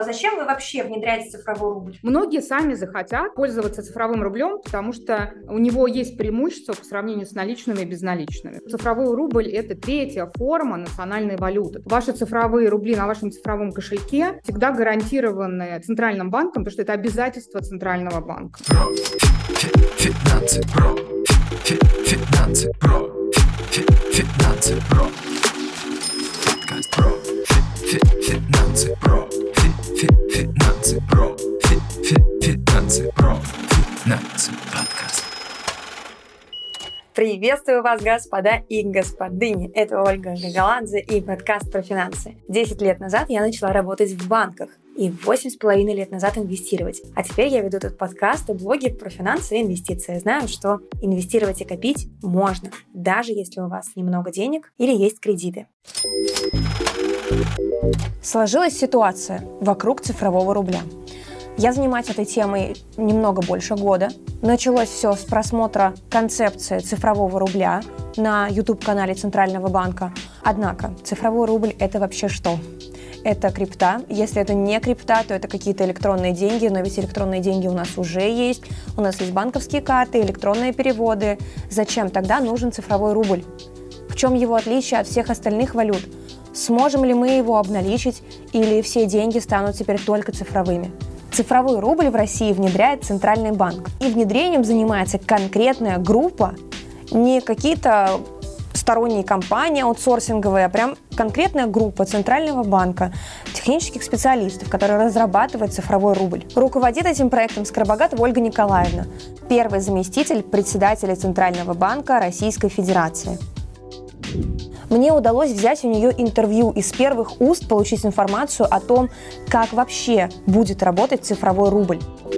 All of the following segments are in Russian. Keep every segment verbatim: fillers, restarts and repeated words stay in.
Зачем вы вообще внедряете цифровой рубль? Многие сами захотят пользоваться цифровым рублем, потому что у него есть преимущество по сравнению с наличными и безналичными. Цифровой рубль – это третья форма национальной валюты. Ваши цифровые рубли на вашем цифровом кошельке всегда гарантированы Центральным банком, потому что это обязательство Центрального банка. Финансы про, финансы про, финансы про, подкаст про, финансы про, финансы про, финансы про, финансы подкаст. Приветствую вас, господа и господыни. Это Ольга Гагаладзе и подкаст про финансы. Десять лет назад я начала работать в банках и восемь с половиной лет назад инвестировать. А теперь я веду этот подкаст и блоги про финансы и инвестиции. Знаю, что инвестировать и копить можно, даже если у вас немного денег или есть кредиты. Сложилась ситуация вокруг цифрового рубля. Я занимаюсь этой темой немного больше года. Началось все с просмотра концепции цифрового рубля на YouTube-канале Центрального банка. Однако, цифровой рубль – это вообще что? Это крипта. Если это не крипта, то это какие-то электронные деньги, но ведь электронные деньги у нас уже есть. У нас есть банковские карты, электронные переводы. Зачем тогда нужен цифровой рубль? В чем его отличие от всех остальных валют? Сможем ли мы его обналичить, или все деньги станут теперь только цифровыми? Цифровой рубль в России внедряет Центральный банк. И внедрением занимается конкретная группа, не какие-то сторонние компании аутсорсинговые, а прям конкретная группа Центрального банка, технических специалистов, которые разрабатывают цифровой рубль. Руководит этим проектом Скоробогатова Ольга Николаевна, первый заместитель председателя Центрального банка Российской Федерации. Мне удалось взять у нее интервью и с первых уст получить информацию о том, как вообще будет работать цифровой рубль.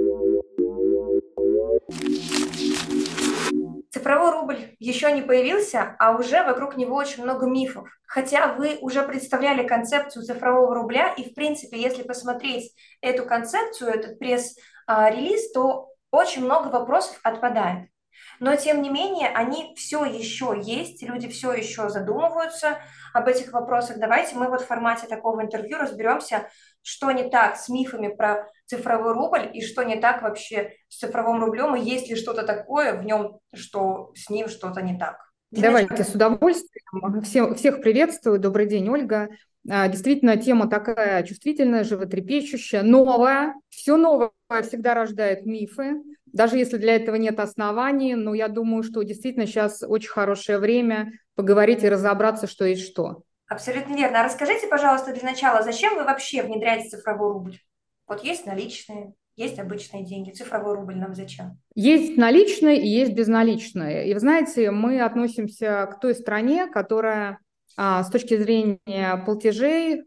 Цифровой рубль еще не появился, а уже вокруг него очень много мифов. Хотя вы уже представляли концепцию цифрового рубля, и в принципе, если посмотреть эту концепцию, этот пресс-релиз, то очень много вопросов отпадает. Но, тем не менее, они все еще есть, люди все еще задумываются об этих вопросах. Давайте мы вот в формате такого интервью разберемся, что не так с мифами про цифровой рубль и что не так вообще с цифровым рублем, и есть ли что-то такое в нем, что с ним что-то не так. Давайте с удовольствием. Всех, всех приветствую. Добрый день, Ольга. Действительно, тема такая чувствительная, животрепещущая, новая. Все новое всегда рождает мифы, даже если для этого нет оснований. Но я думаю, что действительно сейчас очень хорошее время поговорить и разобраться, что есть что. Абсолютно верно. А расскажите, пожалуйста, для начала, зачем вы вообще внедряете цифровой рубль? Вот есть наличные, есть обычные деньги. Цифровой рубль нам зачем? Есть наличные и есть безналичные. И вы знаете, мы относимся к той стране, которая с точки зрения платежей,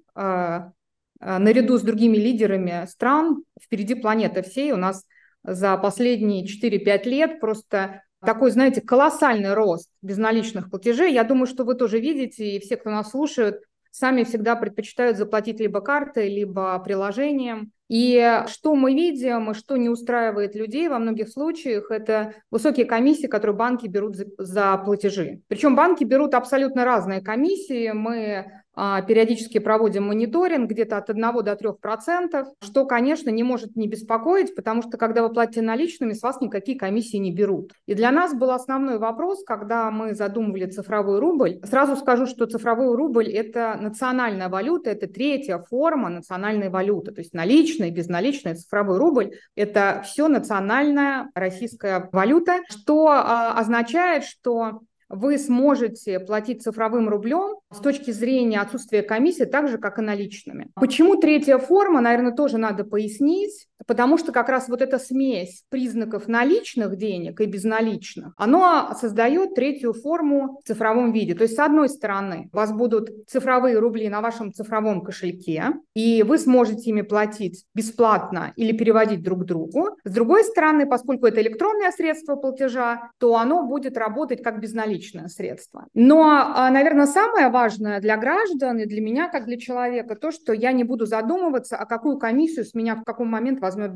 наряду с другими лидерами стран, впереди планеты всей. У нас за последние четыре-пять лет просто такой, знаете, колоссальный рост безналичных платежей. Я думаю, что вы тоже видите, и все, кто нас слушает, сами всегда предпочитают заплатить либо картой, либо приложением. И что мы видим, и что не устраивает людей во многих случаях, это высокие комиссии, которые банки берут за, за платежи. Причем банки берут абсолютно разные комиссии. Мы а, периодически проводим мониторинг где-то от одного до трёх процентов, что, конечно, не может не беспокоить, потому что, когда вы платите наличными, с вас никакие комиссии не берут. И для нас был основной вопрос, когда мы задумывали цифровой рубль. Сразу скажу, что цифровой рубль – это национальная валюта, это третья форма национальной валюты, то есть наличные, безналичный, цифровой рубль – это все национальная российская валюта, что а, означает, что вы сможете платить цифровым рублем с точки зрения отсутствия комиссии так же, как и наличными. Почему третья форма, наверное, тоже надо пояснить, потому что как раз вот эта смесь признаков наличных денег и безналичных, она создает третью форму в цифровом виде. То есть, с одной стороны, у вас будут цифровые рубли на вашем цифровом кошельке, и вы сможете ими платить бесплатно или переводить друг другу. С другой стороны, поскольку это электронное средство платежа, то оно будет работать как безналичное средство. Но, наверное, самое важное для граждан и для меня, как для человека, то, что я не буду задумываться, а какую комиссию с меня в какой момент возьмет банк.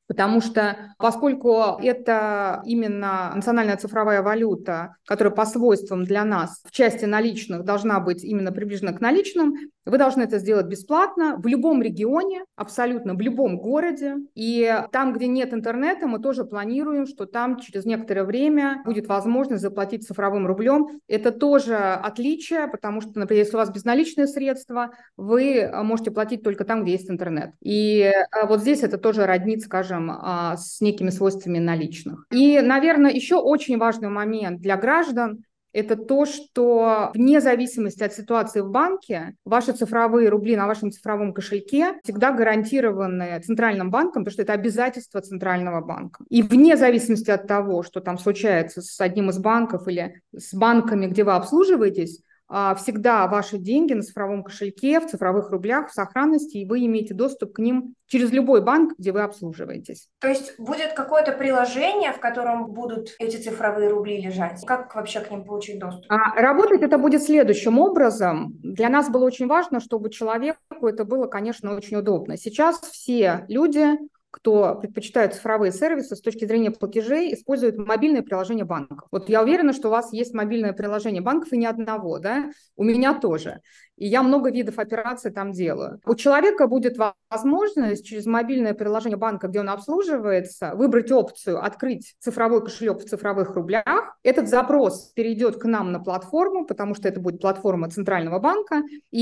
Потому что, поскольку это именно национальная цифровая валюта, которая по свойствам для нас в части наличных должна быть именно приближена к наличным, вы должны это сделать бесплатно в любом регионе, абсолютно в любом городе. И там, где нет интернета, мы тоже планируем, что там через некоторое время будет возможность заплатить цифровым рублем. Это тоже отличие, потому что, например, если у вас безналичные средства, вы можете платить только там, где есть интернет. И вот здесь это тоже роднит, скажем, с некими свойствами наличных. И, наверное, еще очень важный момент для граждан – это то, что вне зависимости от ситуации в банке, ваши цифровые рубли на вашем цифровом кошельке всегда гарантированы Центральным банком, потому что это обязательство Центрального банка. И вне зависимости от того, что там случается с одним из банков или с банками, где вы обслуживаетесь, всегда ваши деньги на цифровом кошельке, в цифровых рублях, в сохранности, и вы имеете доступ к ним через любой банк, где вы обслуживаетесь. То есть будет какое-то приложение, в котором будут эти цифровые рубли лежать? Как вообще к ним получить доступ? А, работать это будет следующим образом. Для нас было очень важно, чтобы человеку это было, конечно, очень удобно. Сейчас все люди, кто предпочитает цифровые сервисы с точки зрения платежей, используют мобильное приложение банков. Вот я уверена, что у вас есть мобильное приложение банков, и ни одного, да? У меня тоже. И я много видов операций там делаю. У человека будет возможность через мобильное приложение банка, где он обслуживается, выбрать опцию «Открыть цифровой кошелек в цифровых рублях». Этот запрос перейдет к нам на платформу, потому что это будет платформа Центрального банка,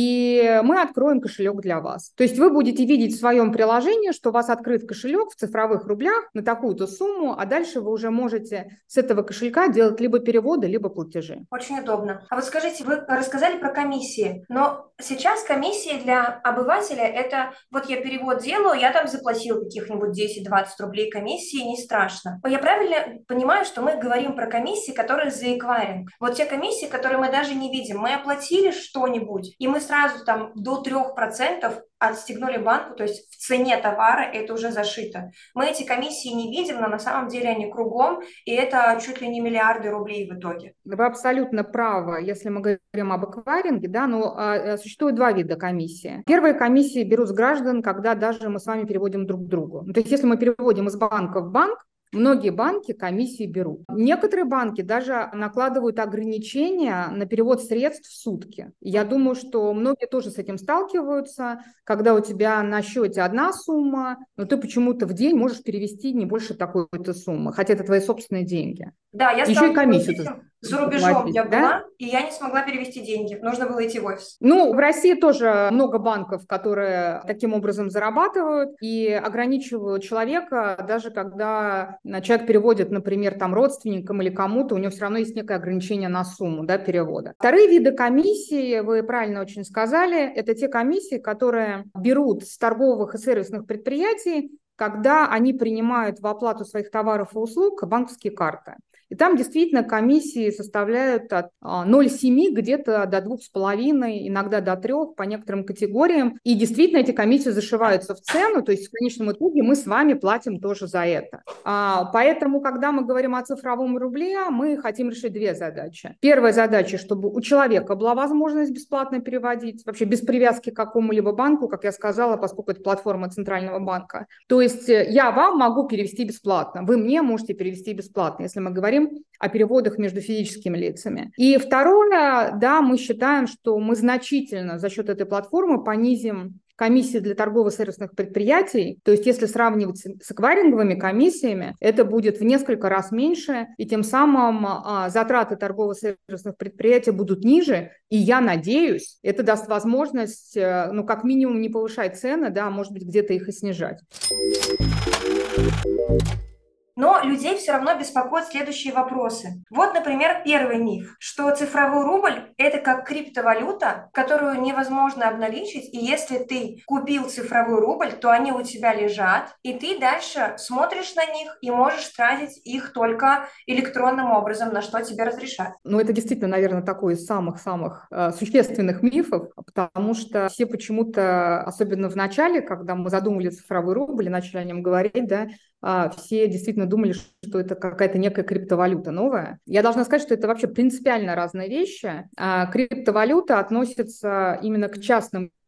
и мы откроем кошелек для вас. То есть вы будете видеть в своем приложении, что у вас открыт кошелек в цифровых рублях на такую-то сумму, а дальше вы уже можете с этого кошелька делать либо переводы, либо платежи. Очень удобно. А вот скажите, вы рассказали про комиссии, но сейчас комиссии для обывателя – это вот я перевод делаю, я там заплатил каких-нибудь десять-двадцать рублей комиссии, не страшно. Я правильно понимаю, что мы говорим про комиссии, которые за эквайринг? Вот те комиссии, которые мы даже не видим. Мы оплатили что-нибудь, и мы сразу там до трех процентов отстегнули банку, то есть в цене товара это уже зашито. Мы эти комиссии не видим, но на самом деле они кругом, и это чуть ли не миллиарды рублей в итоге. Вы абсолютно правы, если мы говорим об эквайринге, да, но а, существует два вида комиссии. Первые комиссии берут с граждан, когда даже мы с вами переводим друг к другу. То есть если мы переводим из банка в банк, многие банки комиссии берут. Некоторые банки даже накладывают ограничения на перевод средств в сутки. Я думаю, что многие тоже с этим сталкиваются, когда у тебя на счете одна сумма, но ты почему-то в день можешь перевести не больше такой-то суммы, хотя это твои собственные деньги. Да, я еще и комиссию за рубежом платить, я да? была, и я не смогла перевести деньги. Нужно было идти в офис. Ну, в России тоже много банков, которые таким образом зарабатывают и ограничивают человека, даже когда человек переводит, например, там родственникам или кому-то, у него все равно есть некое ограничение на сумму, да, перевода. Вторые виды комиссий, вы правильно очень сказали, это те комиссии, которые берут с торговых и сервисных предприятий, когда они принимают в оплату своих товаров и услуг банковские карты. И там действительно комиссии составляют от ноль целых семи десятых где-то до двух с половиной, иногда до трех по некоторым категориям. И действительно эти комиссии зашиваются в цену, то есть в конечном итоге мы с вами платим тоже за это. А, поэтому, когда мы говорим о цифровом рубле, мы хотим решить две задачи. Первая задача, чтобы у человека была возможность бесплатно переводить, вообще без привязки к какому-либо банку, как я сказала, поскольку это платформа Центрального банка. То есть я вам могу перевести бесплатно, вы мне можете перевести бесплатно, если мы говорим о переводах между физическими лицами. И второе, да, мы считаем, что мы значительно за счет этой платформы понизим комиссии для торгово-сервисных предприятий. То есть если сравнивать с эквайринговыми комиссиями, это будет в несколько раз меньше, и тем самым а, затраты торгово-сервисных предприятий будут ниже, и я надеюсь, это даст возможность, ну, как минимум не повышать цены, да, а может быть, где-то их и снижать. Но людей все равно беспокоят следующие вопросы. Вот, например, первый миф, что цифровой рубль – это как криптовалюта, которую невозможно обналичить, и если ты купил цифровой рубль, то они у тебя лежат, и ты дальше смотришь на них и можешь тратить их только электронным образом, на что тебе разрешат. Ну, это действительно, наверное, такой из самых-самых э, существенных мифов, потому что все почему-то, особенно в начале, когда мы задумывали цифровой рубль и начали о нем говорить, да, все действительно думали, что это какая-то некая криптовалюта новая. Я должна сказать, что это вообще принципиально разные вещи. Криптовалюта относится именно к частным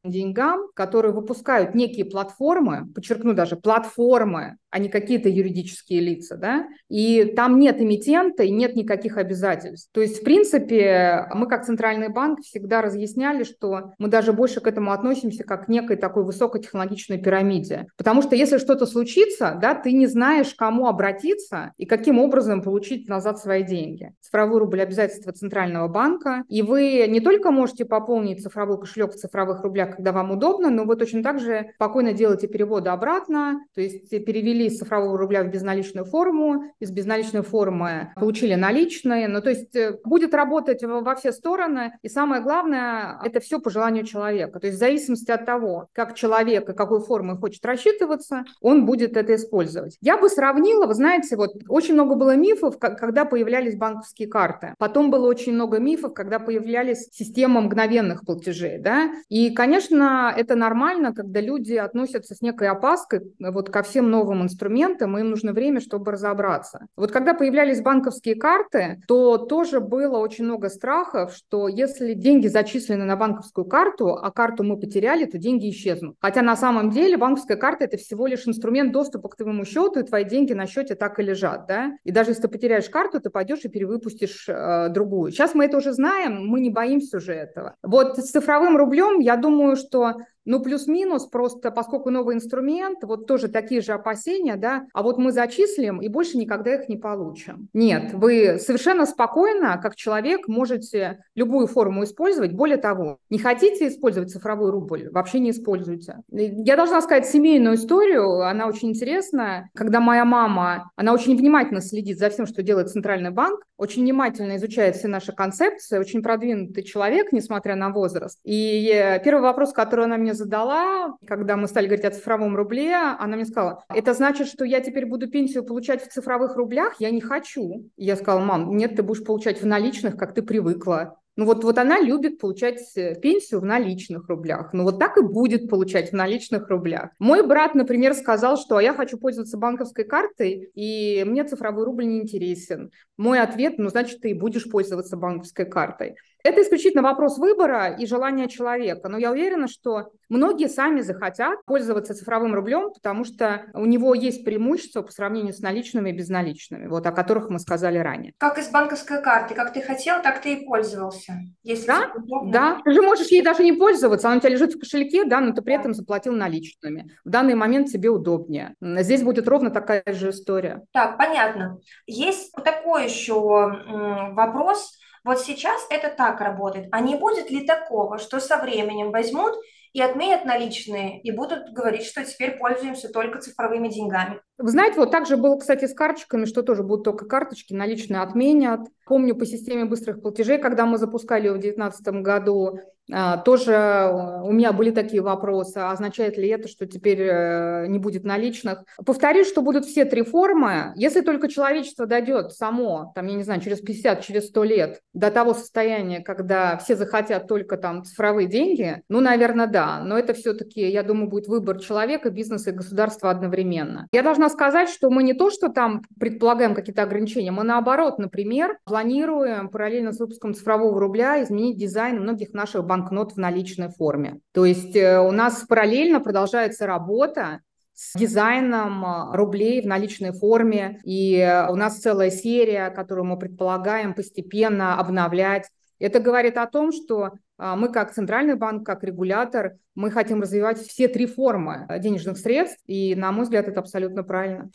деньгам, которые выпускают некие платформы, подчеркну даже платформы, а не какие-то юридические лица, да, и там нет эмитента и нет никаких обязательств. То есть, в принципе, мы как Центральный банк всегда разъясняли, что мы даже больше к этому относимся как к некой такой высокотехнологичной пирамиде. Потому что если что-то случится, да, ты не знаешь, к кому обратиться и каким образом получить назад свои деньги. Цифровой рубль – обязательство Центрального банка, и вы не только можете пополнить цифровой кошелек в цифровых рублях, когда вам удобно, но вы точно так же спокойно делаете переводы обратно, то есть перевели из цифрового рубля в безналичную форму, из безналичной формы получили наличные, ну то есть будет работать во все стороны, и самое главное, это все по желанию человека, то есть в зависимости от того, как человек и какой формой хочет рассчитываться, он будет это использовать. Я бы сравнила, вы знаете, вот очень много было мифов, когда появлялись банковские карты, потом было очень много мифов, когда появлялись системы мгновенных платежей, да, и, конечно, это нормально, когда люди относятся с некой опаской вот ко всем новым инструментам, и им нужно время, чтобы разобраться. Вот когда появлялись банковские карты, то тоже было очень много страхов, что если деньги зачислены на банковскую карту, а карту мы потеряли, то деньги исчезнут. Хотя на самом деле банковская карта – это всего лишь инструмент доступа к твоему счету, и твои деньги на счете так и лежат, да. И даже если ты потеряешь карту, ты пойдешь и перевыпустишь э, другую. Сейчас мы это уже знаем, мы не боимся уже этого. Вот с цифровым рублем, я думаю, что ну, плюс-минус, просто поскольку новый инструмент, вот тоже такие же опасения, да, а вот мы зачислим и больше никогда их не получим. Нет, вы совершенно спокойно, как человек, можете любую форму использовать. Более того, не хотите использовать цифровой рубль, вообще не используйте. Я должна сказать семейную историю, она очень интересная. Когда моя мама, она очень внимательно следит за всем, что делает Центральный банк, очень внимательно изучает все наши концепции, очень продвинутый человек, несмотря на возраст. И первый вопрос, который она мне задала, когда мы стали говорить о цифровом рубле, она мне сказала: это значит, что я теперь буду пенсию получать в цифровых рублях? Я не хочу. И я сказала: мам, нет, ты будешь получать в наличных, как ты привыкла. Ну вот, вот она любит получать пенсию в наличных рублях. Ну вот так и будет получать в наличных рублях. Мой брат, например, сказал, что я хочу пользоваться банковской картой, и мне цифровой рубль не интересен. Мой ответ: ну значит, ты и будешь пользоваться банковской картой. Это исключительно вопрос выбора и желания человека. Но я уверена, что многие сами захотят пользоваться цифровым рублем, потому что у него есть преимущества по сравнению с наличными и безналичными, вот о которых мы сказали ранее. Как и с банковской карты. Как ты хотел, так ты и пользовался. Если да, да. Ты же можешь ей даже не пользоваться, она у тебя лежит в кошельке, да, но ты при этом заплатил наличными. В данный момент тебе удобнее. Здесь будет ровно такая же история. Так, понятно. Есть такой еще вопрос. Вот сейчас это так работает. А не будет ли такого, что со временем возьмут и отменят наличные, и будут говорить, что теперь пользуемся только цифровыми деньгами? Вы знаете, вот так же было, кстати, с карточками, что тоже будут только карточки, наличные отменят. Помню, по системе быстрых платежей, когда мы запускали ее в две тысячи девятнадцатом году, тоже у меня были такие вопросы, означает ли это, что теперь не будет наличных. Повторюсь, что будут все три формы, если только человечество дойдет само, там, я не знаю, через пятьдесят, через сто лет до того состояния, когда все захотят только там цифровые деньги, ну, наверное, да, но это все-таки, я думаю, будет выбор человека, бизнеса и государства одновременно. Я должна сказать, что мы не то, что там предполагаем какие-то ограничения, мы наоборот, например, планируем параллельно с выпуском цифрового рубля изменить дизайн многих наших банкнот в наличной форме. То есть у нас параллельно продолжается работа с дизайном рублей в наличной форме, и у нас целая серия, которую мы предполагаем постепенно обновлять. Это говорит о том, что мы как Центральный банк, как регулятор, мы хотим развивать все три формы денежных средств, и, на мой взгляд, это абсолютно правильно.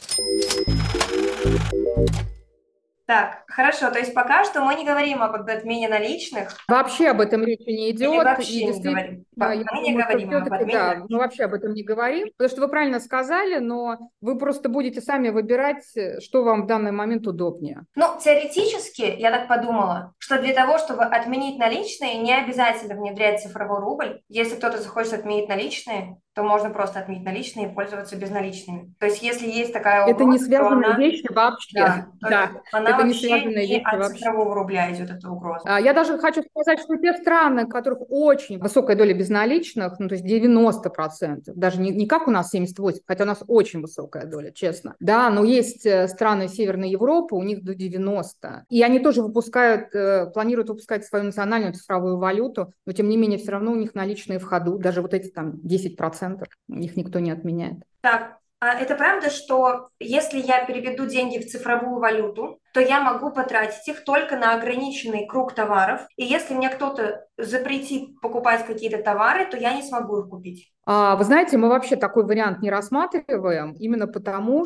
Так, хорошо, то есть пока что мы не говорим об отмене наличных. Вообще об этом речи не идет. Или вообще и не говорим. Да, мы я не думаю, говорим об отмене да, наличных. мы вообще об этом не говорим, потому что вы правильно сказали, но вы просто будете сами выбирать, что вам в данный момент удобнее. Ну, теоретически, я так подумала, что для того, чтобы отменить наличные, не обязательно внедрять цифровой рубль. Если кто-то захочет отменить наличные, то можно просто отменить наличные и пользоваться безналичными. То есть если есть такая Это не угроза, то связанные она, вещи вообще. да, Да, то она это не вообще связанные не вещи от вообще. цифрового рубля идет, эта угроза. А, Я даже хочу сказать, что те страны, у которых очень высокая доля безналичных, ну, то есть девяносто процентов, даже не, не как у нас семьдесят восемь процентов, хотя у нас очень высокая доля, честно. Да, но есть э, страны Северной Европы, у них до девяноста процентов. И они тоже выпускают, э, планируют выпускать свою национальную цифровую валюту, но тем не менее все равно у них наличные в ходу, даже вот эти там десять процентов, их никто не отменяет. Так, а это правда, что если я переведу деньги в цифровую валюту, то я могу потратить их только на ограниченный круг товаров, и если мне кто-то запретит покупать какие-то товары, то я не смогу их купить? А, Вы знаете, мы вообще такой вариант не рассматриваем, именно потому,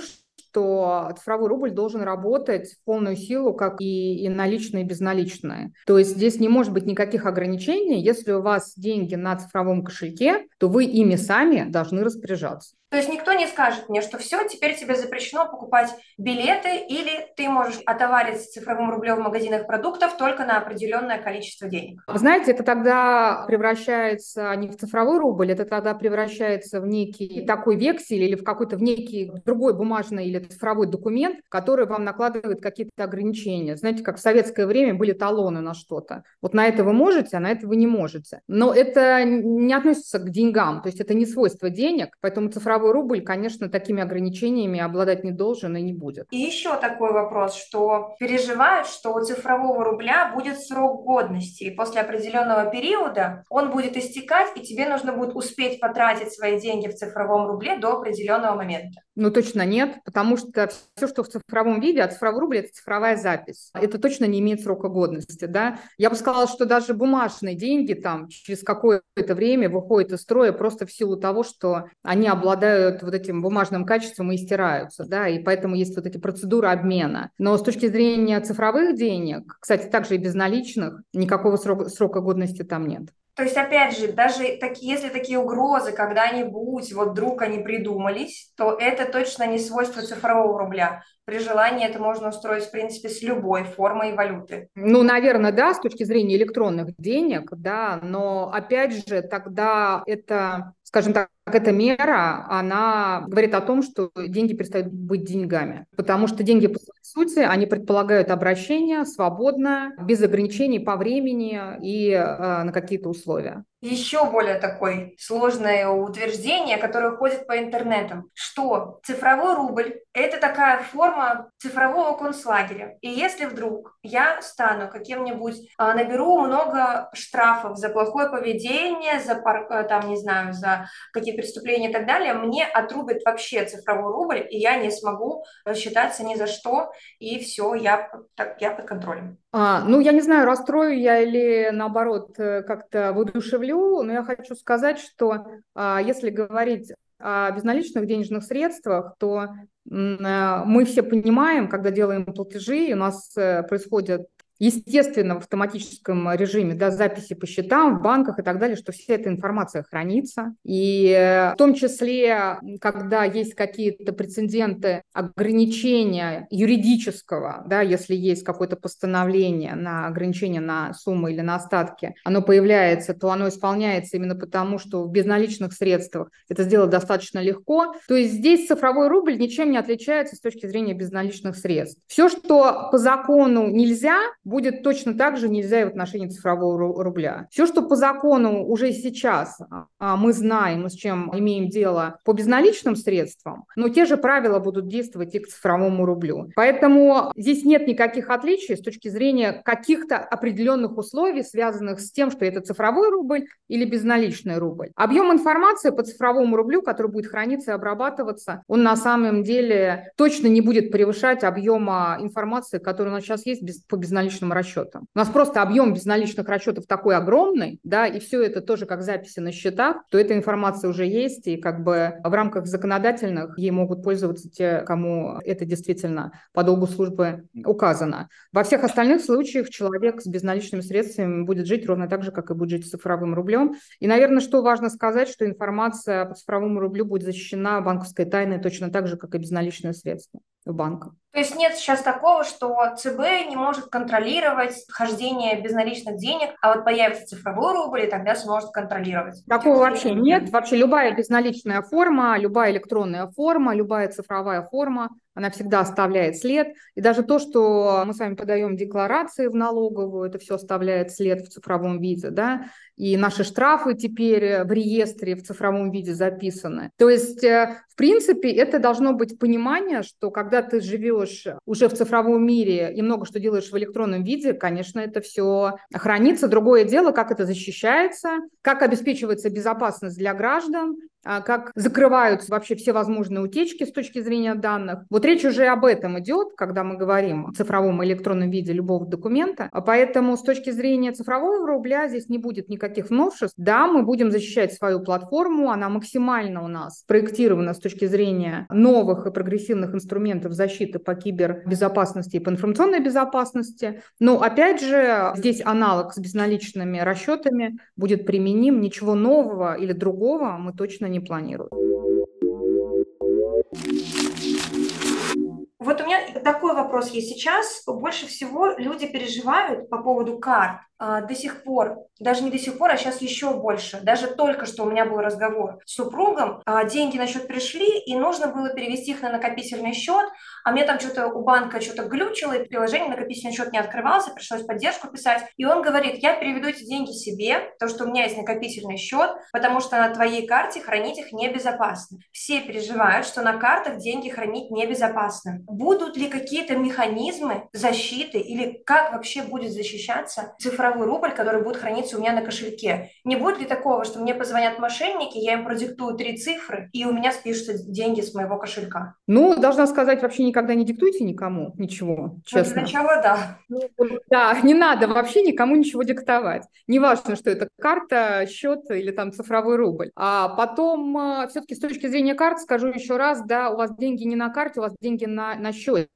что цифровой рубль должен работать в полную силу, как и, и наличные, и безналичные. То есть здесь не может быть никаких ограничений. Если у вас деньги на цифровом кошельке, то вы ими сами должны распоряжаться. То есть никто не скажет мне, что все, теперь тебе запрещено покупать билеты, или ты можешь отоварить цифровым рублем в магазинах продуктов только на определенное количество денег. Вы знаете, это тогда превращается не в цифровой рубль, это тогда превращается в некий такой вексель или в какой-то в некий другой бумажный или цифровой документ, который вам накладывает какие-то ограничения. Знаете, как в советское время были талоны на что-то. Вот на это вы можете, а на это вы не можете. Но это не относится к деньгам, то есть это не свойство денег, поэтому цифровой рубль, конечно, такими ограничениями обладать не должен и не будет. И еще такой вопрос, что переживают, что у цифрового рубля будет срок годности, и после определенного периода он будет истекать, и тебе нужно будет успеть потратить свои деньги в цифровом рубле до определенного момента. Ну, точно нет, потому что все, что в цифровом виде, а цифровой рубль – это цифровая запись. Это точно не имеет срока годности, да. Я бы сказала, что даже бумажные деньги там через какое-то время выходят из строя просто в силу того, что они обладают вот этим бумажным качеством и стираются, да, и поэтому есть вот эти процедуры обмена. Но с точки зрения цифровых денег, кстати, также и безналичных, никакого срока, срока годности там нет. То есть, опять же, даже таки, если такие угрозы когда-нибудь, вот вдруг они придумались, то это точно не свойство цифрового рубля. При желании это можно устроить, в принципе, с любой формой валюты. Ну, наверное, да, с точки зрения электронных денег, да, но опять же, тогда это, скажем так, эта мера, она говорит о том, что деньги перестают быть деньгами, потому что деньги, по сути, они предполагают обращение свободное, без ограничений по времени и э, на какие-то условия. Еще более такое сложное утверждение, которое ходит по интернетам, что цифровой рубль – это такая форма цифрового концлагеря. И если вдруг я стану каким-нибудь, наберу много штрафов за плохое поведение, за, там, не знаю, за какие-то преступления и так далее, мне отрубят вообще цифровой рубль, и я не смогу рассчитаться ни за что, и все, я, так, я под контролем. А, ну, я не знаю, расстрою я или, наоборот, как-то воодушевлю, но я хочу сказать, что а, если говорить о безналичных денежных средствах, то м, мы все понимаем, когда делаем платежи, у нас происходят естественно, в автоматическом режиме, да, записи по счетам в банках и так далее, что вся эта информация хранится. И в том числе, когда есть какие-то прецеденты ограничения юридического, да, если есть какое-то постановление на ограничение на суммы или на остатки, оно появляется, то оно исполняется именно потому, что в безналичных средствах это сделать достаточно легко. То есть здесь цифровой рубль ничем не отличается с точки зрения безналичных средств. Все, что по закону нельзя, будет точно так же нельзя и в отношении цифрового рубля. Все, что по закону уже сейчас мы знаем, с чем имеем дело по безналичным средствам, но те же правила будут действовать и к цифровому рублю. Поэтому здесь нет никаких отличий с точки зрения каких-то определенных условий, связанных с тем, что это цифровой рубль или безналичный рубль. Объем информации по цифровому рублю, который будет храниться и обрабатываться, он на самом деле точно не будет превышать объема информации, который у нас сейчас есть без, по безналичным расчетам. У нас просто объем безналичных расчетов такой огромный, да, и все это тоже как записи на счетах, то эта информация уже есть, и как бы в рамках законодательных ей могут пользоваться те, кому это действительно по долгу службы указано. Во всех остальных случаях человек с безналичными средствами будет жить ровно так же, как и будет жить с цифровым рублем. И, наверное, что важно сказать, что информация по цифровому рублю будет защищена банковской тайной точно так же, как и безналичные средства в банках. То есть нет сейчас такого, что ЦБ не может контролировать хождение безналичных денег, а вот появится цифровой рубль, и тогда сможет контролировать. Такого вообще нет. Вообще любая безналичная форма, любая электронная форма, любая цифровая форма, она всегда оставляет след. И даже то, что мы с вами подаем декларации в налоговую, это все оставляет след в цифровом виде, да. И наши штрафы теперь в реестре в цифровом виде записаны. То есть, в принципе, это должно быть понимание, что когда ты живешь уже в цифровом мире и много что делаешь в электронном виде, конечно, это все хранится. Другое дело, как это защищается, как обеспечивается безопасность для граждан, как закрываются вообще все возможные утечки с точки зрения данных. Вот речь уже об этом идет, когда мы говорим о цифровом и электронном виде любого документа. Поэтому с точки зрения цифрового рубля здесь не будет никаких новшеств. Да, мы будем защищать свою платформу, она максимально у нас проектирована с точки зрения новых и прогрессивных инструментов защиты по кибербезопасности и по информационной безопасности. Но опять же, здесь аналог с безналичными расчетами будет применим. Ничего нового или другого мы точно не не планируют. Вот у меня такой вопрос есть сейчас. Больше всего люди переживают по поводу карт. А, до сих пор, даже не до сих пор, а сейчас еще больше. Даже только что у меня был разговор с супругом, а, деньги на счет пришли, и нужно было перевести их на накопительный счет, а мне там что-то у банка что-то глючило, и приложение накопительный счет не открывался, пришлось поддержку писать. И он говорит, я переведу эти деньги себе, потому что у меня есть накопительный счет, потому что на твоей карте хранить их небезопасно. Все переживают, что на картах деньги хранить небезопасно. Будут ли какие-то механизмы защиты или как вообще будет защищаться цифровой рубль, который будет храниться у меня на кошельке? Не будет ли такого, что мне позвонят мошенники, я им продиктую три цифры, и у меня спишутся деньги с моего кошелька? Ну, должна сказать, вообще никогда не диктуйте никому ничего, честно. Ну, для начала, да. Да, не надо вообще никому ничего диктовать. Неважно, что это карта, счет или там цифровой рубль. А потом, все-таки с точки зрения карт, скажу еще раз, да, у вас деньги не на карте, у вас деньги на, на счете.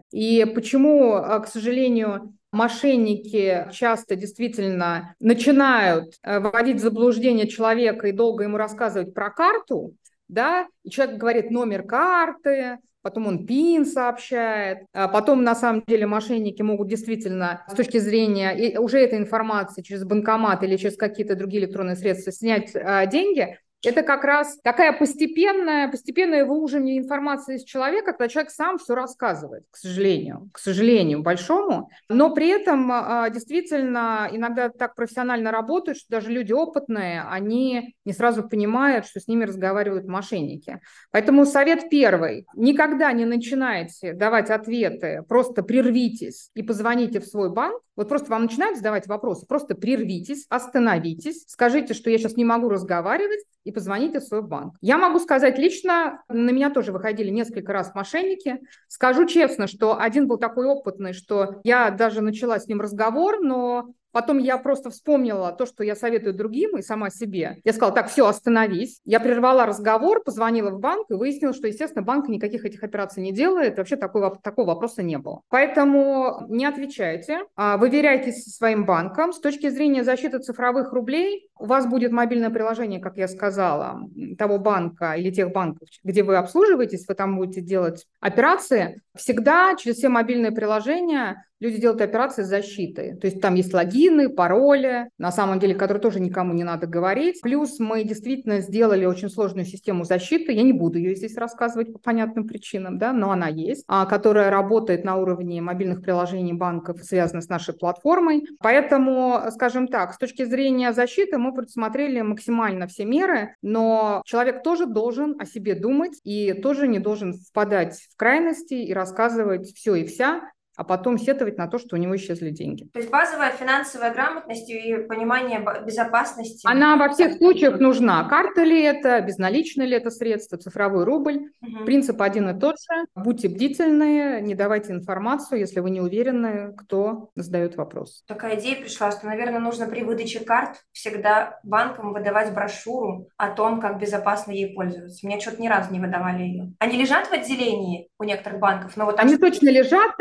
И почему, к сожалению, мошенники часто действительно начинают вводить в заблуждение человека и долго ему рассказывать про карту, да, и человек говорит номер карты, потом он пин сообщает, а потом на самом деле мошенники могут действительно с точки зрения уже этой информации через банкомат или через какие-то другие электронные средства снять а, деньги. Это как раз такая постепенная, постепенное выуживание информации из человека, когда человек сам все рассказывает, к сожалению, к сожалению, большому. Но при этом действительно иногда так профессионально работают, что даже люди опытные, они не сразу понимают, что с ними разговаривают мошенники. Поэтому совет первый. Никогда не начинайте давать ответы, просто прервитесь и позвоните в свой банк. Вот просто вам начинают задавать вопросы, просто прервитесь, остановитесь, скажите, что я сейчас не могу разговаривать, и позвоните в свой банк. Я могу сказать лично, на меня тоже выходили несколько раз мошенники. Скажу честно, что один был такой опытный, что я даже начала с ним разговор, но потом я просто вспомнила то, что я советую другим и сама себе. Я сказала, так, все, остановись. Я прервала разговор, позвонила в банк и выяснила, что, естественно, банк никаких этих операций не делает. Вообще такого, такого вопроса не было. Поэтому не отвечайте, выверяйтесь со своим банком. С точки зрения защиты цифровых рублей, у вас будет мобильное приложение, как я сказала, того банка или тех банков, где вы обслуживаетесь, вы там будете делать операции. Всегда через все мобильные приложения люди делают операции с защитой. То есть там есть логины, пароли, на самом деле, которые тоже никому не надо говорить. Плюс мы действительно сделали очень сложную систему защиты. Я не буду ее здесь рассказывать по понятным причинам, да, но она есть, которая работает на уровне мобильных приложений банков, связана с нашей платформой. Поэтому, скажем так, с точки зрения защиты мы предусмотрели максимально все меры, но человек тоже должен о себе думать и тоже не должен впадать в крайности и рассказывать все и вся, а потом сетовать на то, что у него исчезли деньги. То есть базовая финансовая грамотность и понимание безопасности. Она во всех случаях нужна. Карта ли это, безналичное ли это средство, цифровой рубль. Угу. Принцип один и тот же. Будьте бдительны, не давайте информацию, если вы не уверены, кто задает вопрос. Такая идея пришла, что, наверное, нужно при выдаче карт всегда банкам выдавать брошюру о том, как безопасно ей пользоваться. Мне что-то ни разу не выдавали ее. Они лежат в отделении у некоторых банков, но вот... Они точно лежат, там написано,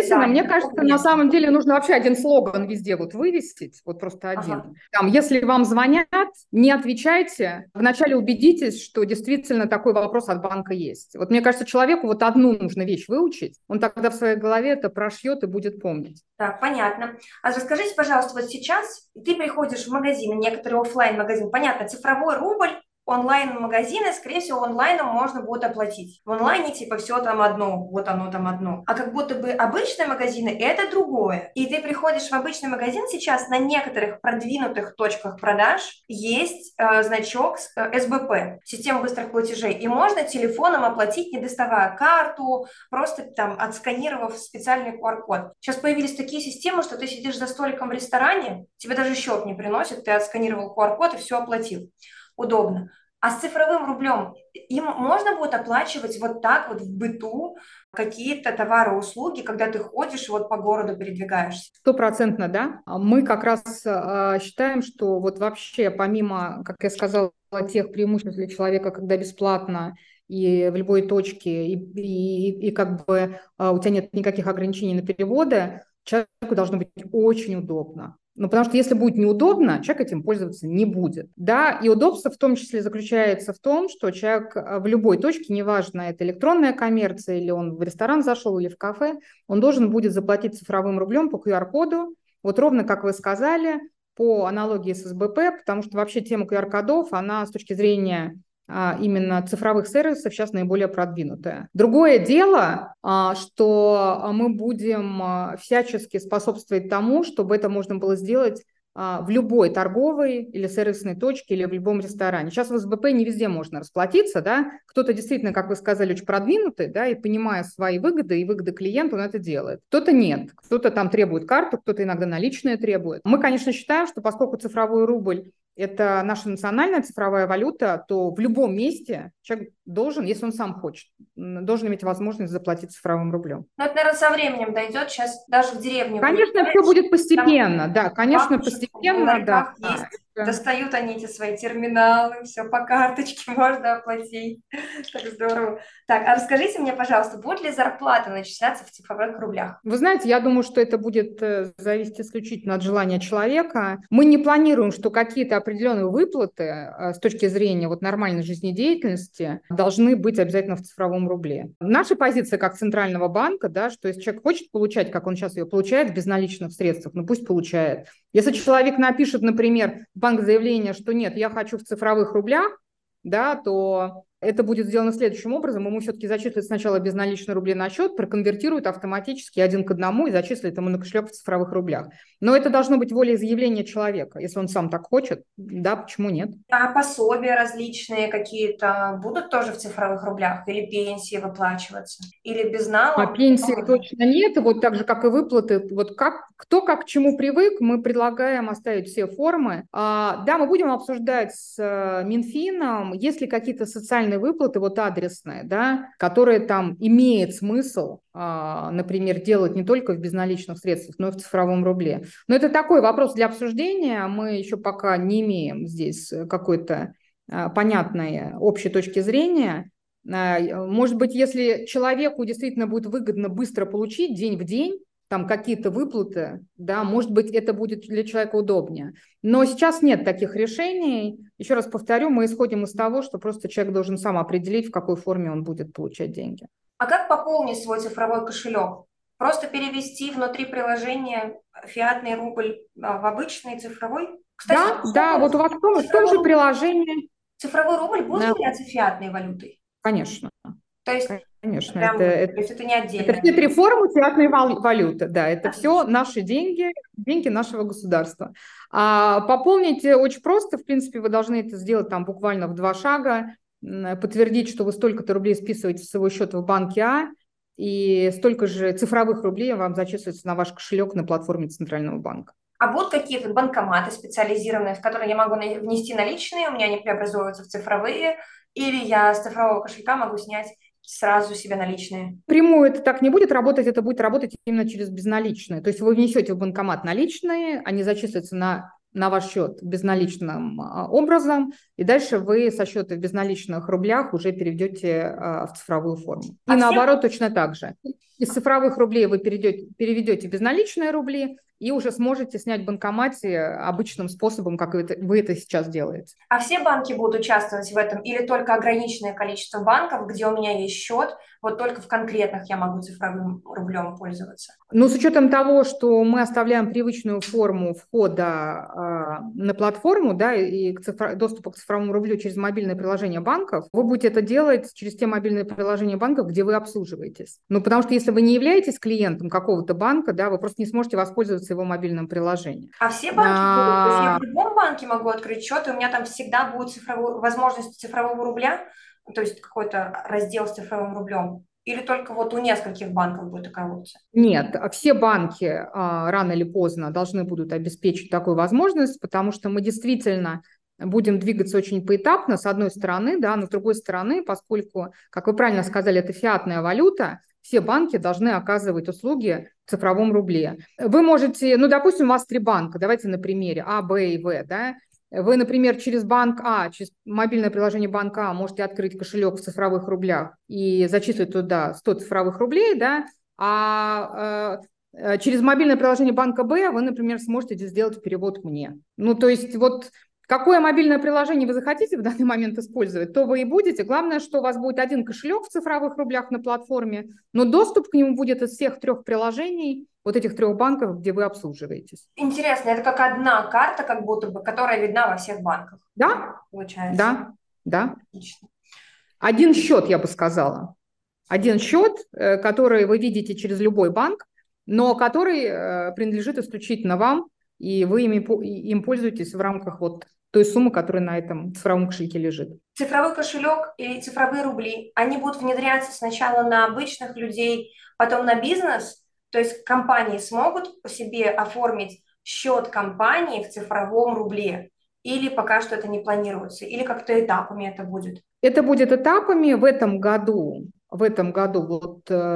написано. Мне кажется, на самом деле нужно вообще один слоган везде вот вывесить, вот просто один. Ага. Там, если вам звонят, не отвечайте. Вначале убедитесь, что действительно такой вопрос от банка есть. Вот мне кажется, человеку вот одну нужно вещь выучить, он тогда в своей голове это прошьет и будет помнить. Так, понятно. А расскажите, пожалуйста, вот сейчас ты приходишь в магазин, некоторые офлайн-магазин, понятно, цифровой рубль, онлайн-магазины, скорее всего, онлайном можно будет оплатить. В онлайне типа все там одно, вот оно там одно. А как будто бы обычные магазины это другое. И ты приходишь в обычный магазин сейчас, на некоторых продвинутых точках продаж есть э, значок с, э, эс бэ пэ, система быстрых платежей. И можно телефоном оплатить, не доставая карту, просто там отсканировав специальный ку ар-код. Сейчас появились такие системы, что ты сидишь за столиком в ресторане, тебе даже счет не приносят, ты отсканировал ку ар-код и все оплатил. Удобно. А с цифровым рублем им можно будет оплачивать вот так вот в быту какие-то товары, услуги, когда ты ходишь и вот по городу передвигаешься? Стопроцентно, да. Мы как раз э, считаем, что вот вообще помимо, как я сказала, тех преимуществ для человека, когда бесплатно и в любой точке, и, и, и как бы э, у тебя нет никаких ограничений на переводы, человеку должно быть очень удобно. Ну, потому что если будет неудобно, человек этим пользоваться не будет. Да, и удобство в том числе заключается в том, что человек в любой точке, неважно, это электронная коммерция, или он в ресторан зашел, или в кафе, он должен будет заплатить цифровым рублем по ку ар-коду, вот ровно как вы сказали, по аналогии с эс бэ пэ, потому что вообще тема ку ар-кодов, она с точки зрения именно цифровых сервисов сейчас наиболее продвинутая. Другое дело, что мы будем всячески способствовать тому, чтобы это можно было сделать в любой торговой или сервисной точке, или в любом ресторане. Сейчас в эс бэ пэ не везде можно расплатиться, да, кто-то действительно, как вы сказали, очень продвинутый, да, и понимая свои выгоды и выгоды клиента, он это делает. Кто-то нет, кто-то там требует карту, кто-то иногда наличные требует. Мы, конечно, считаем, что поскольку цифровой рубль это наша национальная цифровая валюта, то в любом месте человек должен, если он сам хочет, должен иметь возможность заплатить цифровым рублем. Ну, это, наверное, со временем дойдет. Сейчас даже в деревне. Конечно, будет, все будет постепенно, да, конечно, постепенно, да. Есть. Да. Достают они эти свои терминалы, все по карточке можно оплатить. Так здорово. Так, а расскажите мне, пожалуйста, будет ли зарплата начисляться в цифровых рублях? Вы знаете, я думаю, что это будет зависеть исключительно от желания человека. Мы не планируем, что какие-то определенные выплаты с точки зрения вот нормальной жизнедеятельности должны быть обязательно в цифровом рубле. Наша позиция как Центрального банка, да, что если человек хочет получать, как он сейчас ее получает, в безналичных средствах, ну пусть получает. Если человек напишет, например, в банк заявление, что нет, я хочу в цифровых рублях, да, то это будет сделано следующим образом. Ему все-таки зачислят сначала безналичные рубли на счет, проконвертируют автоматически один к одному и зачислят ему на кошелек в цифровых рублях. Но это должно быть волеизъявление человека. Если он сам так хочет, да, почему нет? А пособия различные какие-то будут тоже в цифровых рублях? Или пенсии выплачиваться? Или без налога? А пенсии точно нет. И вот так же, как и выплаты, вот как, кто как к чему привык, мы предлагаем оставить все формы. А, да, мы будем обсуждать с Минфином, есть ли какие-то социальные выплаты, вот адресные, да, которые там имеет смысл, а, например, делать не только в безналичных средствах, но и в цифровом рубле. Но это такой вопрос для обсуждения. Мы еще пока не имеем здесь какой-то а, понятной общей точки зрения. А, может быть, если человеку действительно будет выгодно быстро получить день в день, там какие-то выплаты, да, может быть, это будет для человека удобнее. Но сейчас нет таких решений. Еще раз повторю, мы исходим из того, что просто человек должен сам определить, в какой форме он будет получать деньги. А как пополнить свой цифровой кошелек? Просто перевести внутри приложения фиатный рубль в обычный цифровой? Кстати, да, да, вот у вас в том, в том же приложении. Цифровой рубль будет являться фиатной валютой? Конечно. То есть, Конечно, прям, это, то есть это не отдельно. Это все три формы фиатной валюты, да, это все наши деньги, деньги нашего государства. А пополнить очень просто, в принципе, вы должны это сделать там буквально в два шага, подтвердить, что вы столько-то рублей списываете в свой счет в банке А, и столько же цифровых рублей вам зачислится на ваш кошелек на платформе Центрального банка. А будут какие-то банкоматы специализированные, в которые я могу внести наличные, у меня они преобразуются в цифровые, или я с цифрового кошелька могу снять сразу себе наличные? Прямую это так не будет работать, это будет работать именно через безналичные. То есть вы внесете в банкомат наличные, они зачислятся на на ваш счет безналичным образом, и дальше вы со счета в безналичных рублях уже переведете в цифровую форму. И а наоборот все... точно так же. Из цифровых рублей вы перейдете, переведете в безналичные рубли, и уже сможете снять в банкомате обычным способом, как вы это, вы это сейчас делаете. А все банки будут участвовать в этом или только ограниченное количество банков, где у меня есть счет, вот только в конкретных я могу цифровым рублем пользоваться? Ну, с учетом того, что мы оставляем привычную форму входа э, на платформу, да, и к цифро... доступа к цифровому рублю через мобильное приложение банков, вы будете это делать через те мобильные приложения банков, где вы обслуживаетесь. Ну, потому что если вы не являетесь клиентом какого-то банка, да, вы просто не сможете воспользоваться его мобильным приложением. А все банки а... будут? То есть я в любом банке могу открыть счет, и у меня там всегда будет цифровой... возможность цифрового рубля, то есть какой-то раздел с цифровым рублем? Или только вот у нескольких банков будет такая опция? Нет, все банки а, рано или поздно должны будут обеспечить такую возможность, потому что мы действительно будем двигаться очень поэтапно, с одной стороны, да, но с другой стороны, поскольку, как вы правильно сказали, это фиатная валюта, все банки должны оказывать услуги в цифровом рубле. Вы можете, ну, допустим, у вас три банка, давайте на примере А, Б и В, да. Вы, например, через банк А, через мобильное приложение банка А можете открыть кошелек в цифровых рублях и зачислить туда сто цифровых рублей, да, а э, через мобильное приложение банка Б вы, например, сможете сделать перевод мне. Ну, то есть вот какое мобильное приложение вы захотите в данный момент использовать, то вы и будете. Главное, что у вас будет один кошелек в цифровых рублях на платформе, но доступ к нему будет из всех трех приложений, вот этих трех банков, где вы обслуживаетесь. Интересно, это как одна карта, как будто бы, которая видна во всех банках. Да, получается. Да, да. Отлично. Один счет, я бы сказала. Один счет, который вы видите через любой банк, но который принадлежит исключительно вам, и вы им, им пользуетесь в рамках вот той суммы, которая на этом цифровом кошельке лежит. Цифровой кошелек и цифровые рубли, они будут внедряться сначала на обычных людей, потом на бизнес. То есть компании смогут себе оформить счет компании в цифровом рубле? Или пока что это не планируется? Или как-то этапами это будет? Это будет этапами. В этом году, в этом году вот э,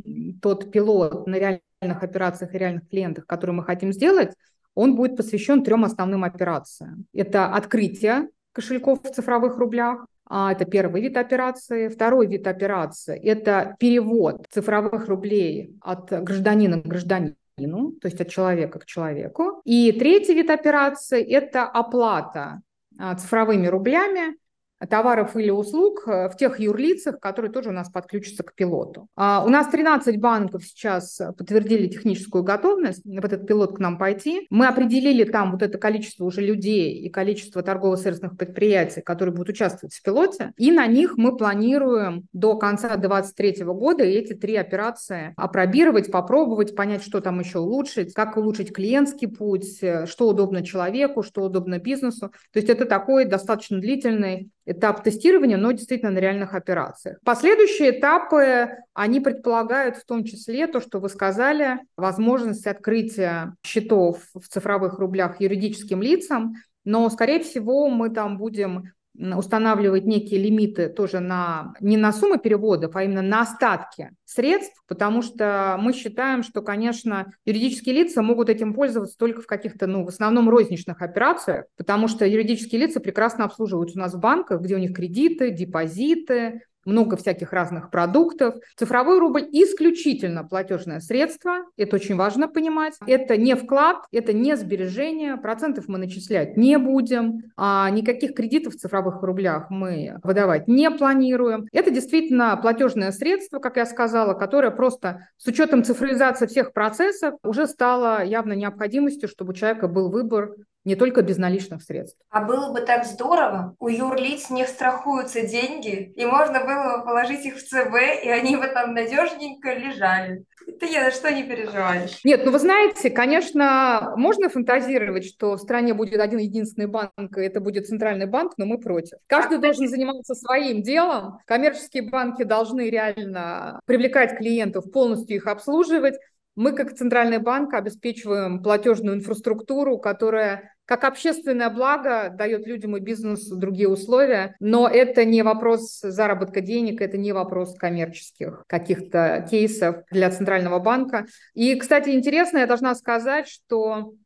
тот пилот на реальных операциях и реальных клиентах, который мы хотим сделать, он будет посвящен трем основным операциям. Это открытие кошельков в цифровых рублях. Это первый вид операции. Второй вид операции – это перевод цифровых рублей от гражданина к гражданину, то есть от человека к человеку. И третий вид операции – это оплата цифровыми рублями товаров или услуг в тех юрлицах, которые тоже у нас подключатся к пилоту. У нас тринадцать банков сейчас подтвердили техническую готовность в этот пилот к нам пойти. Мы определили там вот это количество уже людей и количество торгово-сервисных предприятий, которые будут участвовать в пилоте. И на них мы планируем до конца две тысячи двадцать третьего года эти три операции опробировать, попробовать, понять, что там еще улучшить, как улучшить клиентский путь, что удобно человеку, что удобно бизнесу. То есть это такой достаточно длительный этап тестирования, но действительно на реальных операциях. Последующие этапы, они предполагают в том числе то, что вы сказали, возможность открытия счетов в цифровых рублях юридическим лицам, но, скорее всего, мы там будем устанавливать некие лимиты тоже на, не на суммы переводов, а именно на остатки средств, потому что мы считаем, что, конечно, юридические лица могут этим пользоваться только в каких-то, ну, в основном розничных операциях, потому что юридические лица прекрасно обслуживаются у нас в банках, где у них кредиты, депозиты, много всяких разных продуктов. Цифровой рубль исключительно платежное средство, это очень важно понимать. Это не вклад, это не сбережение, процентов мы начислять не будем, а никаких кредитов в цифровых рублях мы выдавать не планируем. Это действительно платежное средство, как я сказала, которое просто с учетом цифровизации всех процессов уже стало явно необходимостью, чтобы у человека был выбор не только безналичных средств. А было бы так здорово, у юрлиц не страхуются деньги, и можно было бы положить их в ЦБ, и они бы там надежненько лежали. Ты ни на что не переживаешь. Нет, ну вы знаете, конечно, можно фантазировать, что в стране будет один единственный банк, и это будет центральный банк, но мы против. Каждый а должен заниматься своим делом. Коммерческие банки должны реально привлекать клиентов, полностью их обслуживать. Мы, как Центральный банк, обеспечиваем платежную инфраструктуру, которая как общественное благо дает людям и бизнесу другие условия, но это не вопрос заработка денег, это не вопрос коммерческих каких-то кейсов для Центрального банка. И, кстати, интересно, я должна сказать, что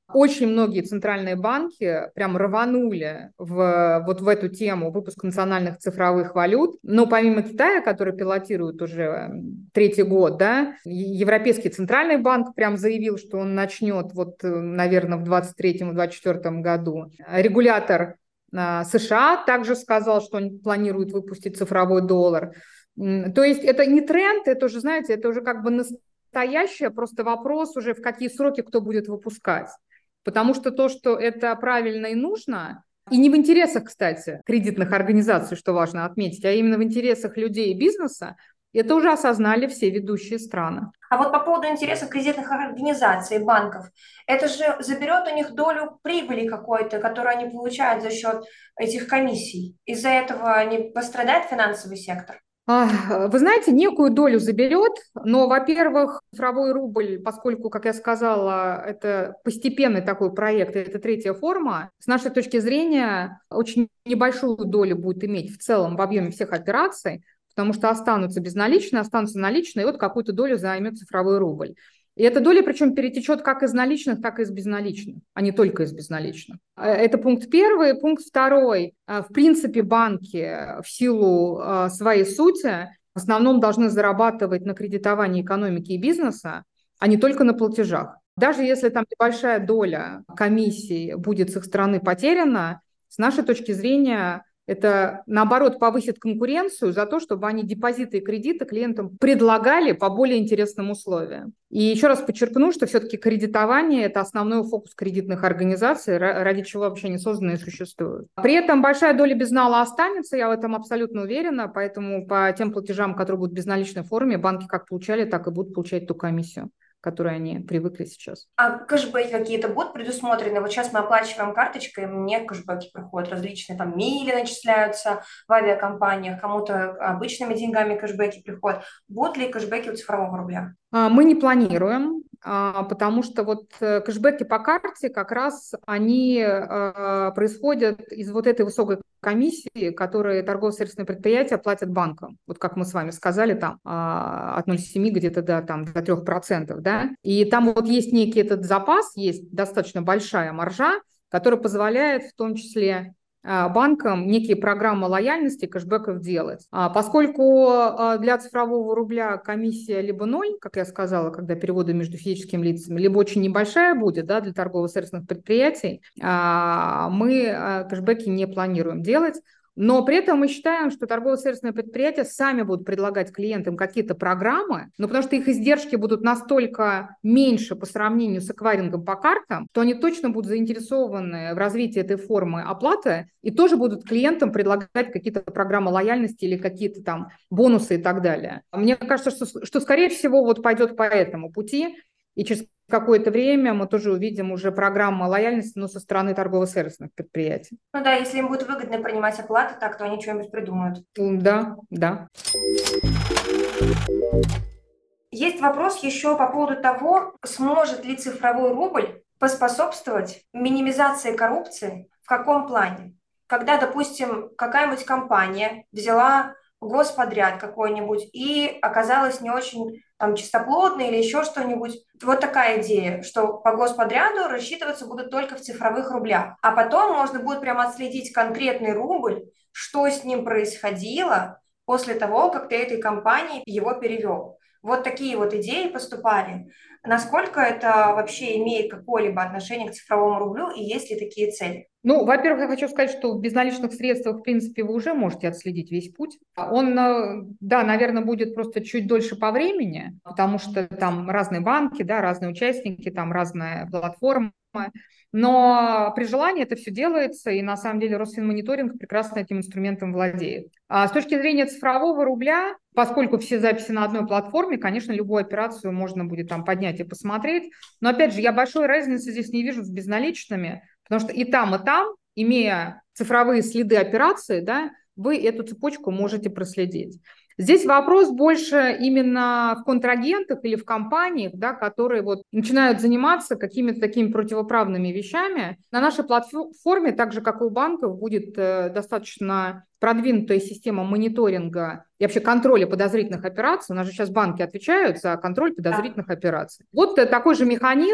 Очень многие центральные банки прям рванули в, вот в эту тему выпуска национальных цифровых валют. Но помимо Китая, который пилотирует уже третий год, да, Европейский центральный банк прям заявил, что он начнет вот, наверное, в двадцать третьем — двадцать четвёртом году. Регулятор США также сказал, что он планирует выпустить цифровой доллар. То есть это не тренд, это уже, знаете, это уже как бы настоящее, просто вопрос уже, в какие сроки кто будет выпускать. Потому что то, что это правильно и нужно, и не в интересах, кстати, кредитных организаций, что важно отметить, а именно в интересах людей и бизнеса, это уже осознали все ведущие страны. А вот по поводу интересов кредитных организаций, банков, это же заберет у них долю прибыли какой-то, которую они получают за счет этих комиссий. Из-за этого не пострадает финансовый сектор? Вы знаете, некую долю заберет, но, во-первых, цифровой рубль, поскольку, как я сказала, это постепенный такой проект, это третья форма, с нашей точки зрения очень небольшую долю будет иметь в целом в объеме всех операций, потому что останутся безналичные, останутся наличные, и вот какую-то долю займет цифровой рубль. И эта доля, причем, перетечет как из наличных, так и из безналичных, а не только из безналичных. Это пункт первый. Пункт второй. В принципе, банки в силу своей сути в основном должны зарабатывать на кредитовании экономики и бизнеса, а не только на платежах. Даже если там небольшая доля комиссий будет с их стороны потеряна, с нашей точки зрения, это, наоборот, повысит конкуренцию за то, чтобы они депозиты и кредиты клиентам предлагали по более интересным условиям. И еще раз подчеркну, что все-таки кредитование – это основной фокус кредитных организаций, ради чего вообще они созданы и существуют. При этом большая доля безнала останется, я в этом абсолютно уверена, поэтому по тем платежам, которые будут в безналичной форме, банки как получали, так и будут получать ту комиссию, к которой они привыкли сейчас. А кэшбэки какие-то будут предусмотрены? Вот сейчас мы оплачиваем карточкой, мне кэшбэки приходят различные, там мили начисляются в авиакомпаниях, кому-то обычными деньгами кэшбэки приходят. Будут ли кэшбэки у цифрового рубля? Мы не планируем, потому что вот кэшбэки по карте как раз они происходят из вот этой высокой комиссии, которые торгово-сервисные предприятия платят банкам. Вот как мы с вами сказали, там от ноль целых семи десятых где-то до, там, до трёх процентов, да, и там вот есть некий этот запас, есть достаточно большая маржа, которая позволяет в том числе банкам некие программы лояльности, кэшбэков делать. А поскольку для цифрового рубля комиссия либо ноль, как я сказала, когда переводы между физическими лицами, либо очень небольшая будет, да, для торгово-сервисных предприятий, мы кэшбэки не планируем делать. Но при этом мы считаем, что торгово-сервисные предприятия сами будут предлагать клиентам какие-то программы, но потому что их издержки будут настолько меньше по сравнению с эквайрингом по картам, то они точно будут заинтересованы в развитии этой формы оплаты и тоже будут клиентам предлагать какие-то программы лояльности или какие-то там бонусы и так далее. Мне кажется, что, что скорее всего, вот пойдет по этому пути, и через какое-то время мы тоже увидим уже программу лояльности, но со стороны торгово-сервисных предприятий. Ну да, если им будет выгодно принимать оплаты так, то они что-нибудь придумают. Да, да. Есть вопрос еще по поводу того, сможет ли цифровой рубль поспособствовать минимизации коррупции, в каком плане? Когда, допустим, какая-нибудь компания взяла господряд какой-нибудь и оказалась не очень там чистоплотной или еще что-нибудь. Вот такая идея, что по господряду рассчитываться будут только в цифровых рублях. А потом можно будет прямо отследить конкретный рубль, что с ним происходило после того, как ты этой компании его перевел. Вот такие вот идеи поступали. Насколько это вообще имеет какое-либо отношение к цифровому рублю и есть ли такие цели? Ну, во-первых, я хочу сказать, что в безналичных средствах, в принципе, вы уже можете отследить весь путь. Он, да, наверное, будет просто чуть дольше по времени, потому что там разные банки, да, разные участники, там разная платформа. Но при желании это все делается, и на самом деле Росфинмониторинг прекрасно этим инструментом владеет. А с точки зрения цифрового рубля, поскольку все записи на одной платформе, конечно, любую операцию можно будет там поднять и посмотреть. Но опять же, я большой разницы здесь не вижу с безналичными, потому что и там, и там, имея цифровые следы операции, да, вы эту цепочку можете проследить. Здесь вопрос больше именно в контрагентах или в компаниях, да, которые вот начинают заниматься какими-то такими противоправными вещами. На нашей платформе, так же как и у банков, будет э, достаточно продвинутая система мониторинга и вообще контроля подозрительных операций. У нас же сейчас банки отвечают за контроль подозрительных операций. Вот такой же механизм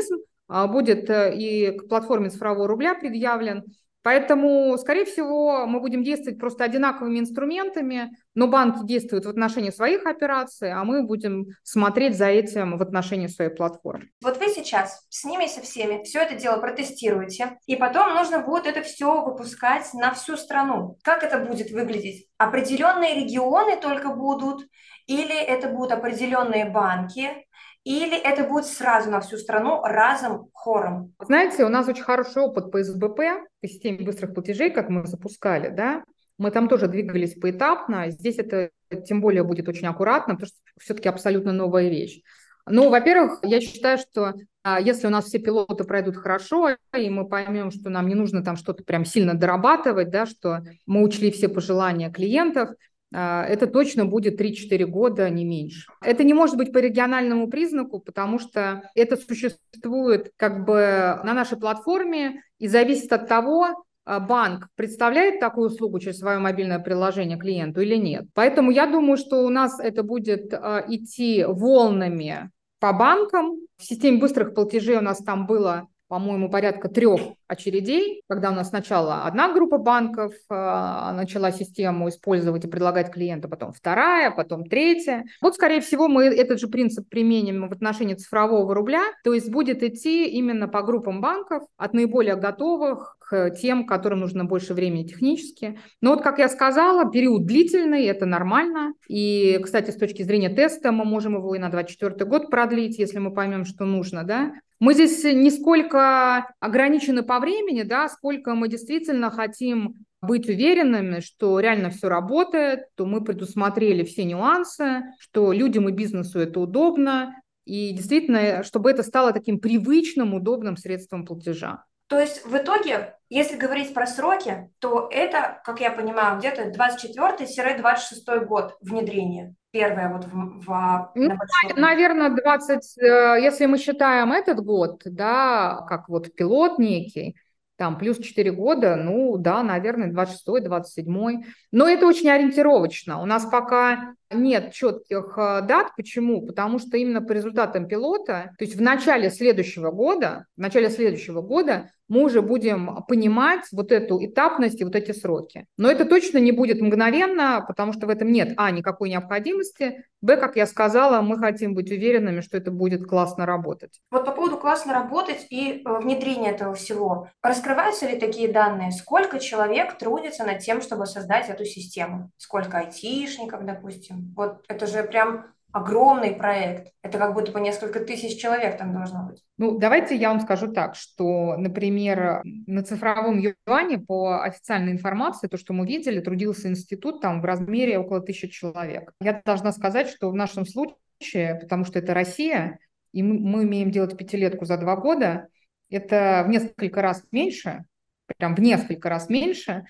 будет и к платформе цифрового рубля предъявлен. Поэтому, скорее всего, мы будем действовать просто одинаковыми инструментами, но банки действуют в отношении своих операций, а мы будем смотреть за этим в отношении своей платформы. Вот вы сейчас с ними, со всеми, все это дело протестируете, и потом нужно будет это все выпускать на всю страну. Как это будет выглядеть? Определенные регионы только будут, или это будут определенные банки, или это будет сразу на всю страну разом, хором? Знаете, у нас очень хороший опыт по СБП, по системе быстрых платежей, как мы запускали, да. Мы там тоже двигались поэтапно. Здесь это тем более будет очень аккуратно, потому что все-таки абсолютно новая вещь. Ну, во-первых, я считаю, что а, если у нас все пилоты пройдут хорошо, и мы поймем, что нам не нужно там что-то прям сильно дорабатывать, да, что мы учли все пожелания клиентов, это точно будет три-четыре года, не меньше. Это не может быть по региональному признаку, потому что это существует как бы на нашей платформе и зависит от того, банк представляет такую услугу через свое мобильное приложение клиенту или нет. Поэтому я думаю, что у нас это будет идти волнами по банкам. В системе быстрых платежей у нас там было, по-моему, порядка трех очередей, когда у нас сначала одна группа банков э, начала систему использовать и предлагать клиенту, потом вторая, потом третья. Вот, скорее всего, мы этот же принцип применим в отношении цифрового рубля, то есть будет идти именно по группам банков, от наиболее готовых к тем, которым нужно больше времени технически. Но вот, как я сказала, период длительный, это нормально. И, кстати, с точки зрения теста мы можем его и на двадцать четвёртый год продлить, если мы поймем, что нужно, да. Мы здесь не сколько ограничены по времени, да, сколько мы действительно хотим быть уверенными, что реально все работает, то мы предусмотрели все нюансы, что людям и бизнесу это удобно, и действительно, чтобы это стало таким привычным, удобным средством платежа. То есть в итоге, если говорить про сроки, то это, как я понимаю, где-то двадцать четвёртый - двадцать шестой год внедрения. Первое вот в, в ну, наверное, двадцать, если мы считаем этот год, да, как вот пилот некий, там плюс четыре года, ну да, наверное, двадцать шестой, двадцать седьмой. Но это очень ориентировочно. У нас пока нет четких дат. Почему? Потому что именно по результатам пилота, то есть в начале следующего года, в начале следующего года мы уже будем понимать вот эту этапность и вот эти сроки. Но это точно не будет мгновенно, потому что в этом нет, а, никакой необходимости, б, как я сказала, мы хотим быть уверенными, что это будет классно работать. Вот по поводу классно работать и внедрения этого всего. Раскрываются ли такие данные? Сколько человек трудится над тем, чтобы создать эту систему? Сколько айтишников, допустим? Вот это же прям огромный проект. Это как будто бы несколько тысяч человек там должно быть. Ну, давайте я вам скажу так, что, например, на цифровом юане по официальной информации, то, что мы видели, трудился институт там в размере около тысячи человек. Я должна сказать, что в нашем случае, потому что это Россия, и мы, мы умеем делать пятилетку за два года, это в несколько раз меньше, прям в несколько раз меньше.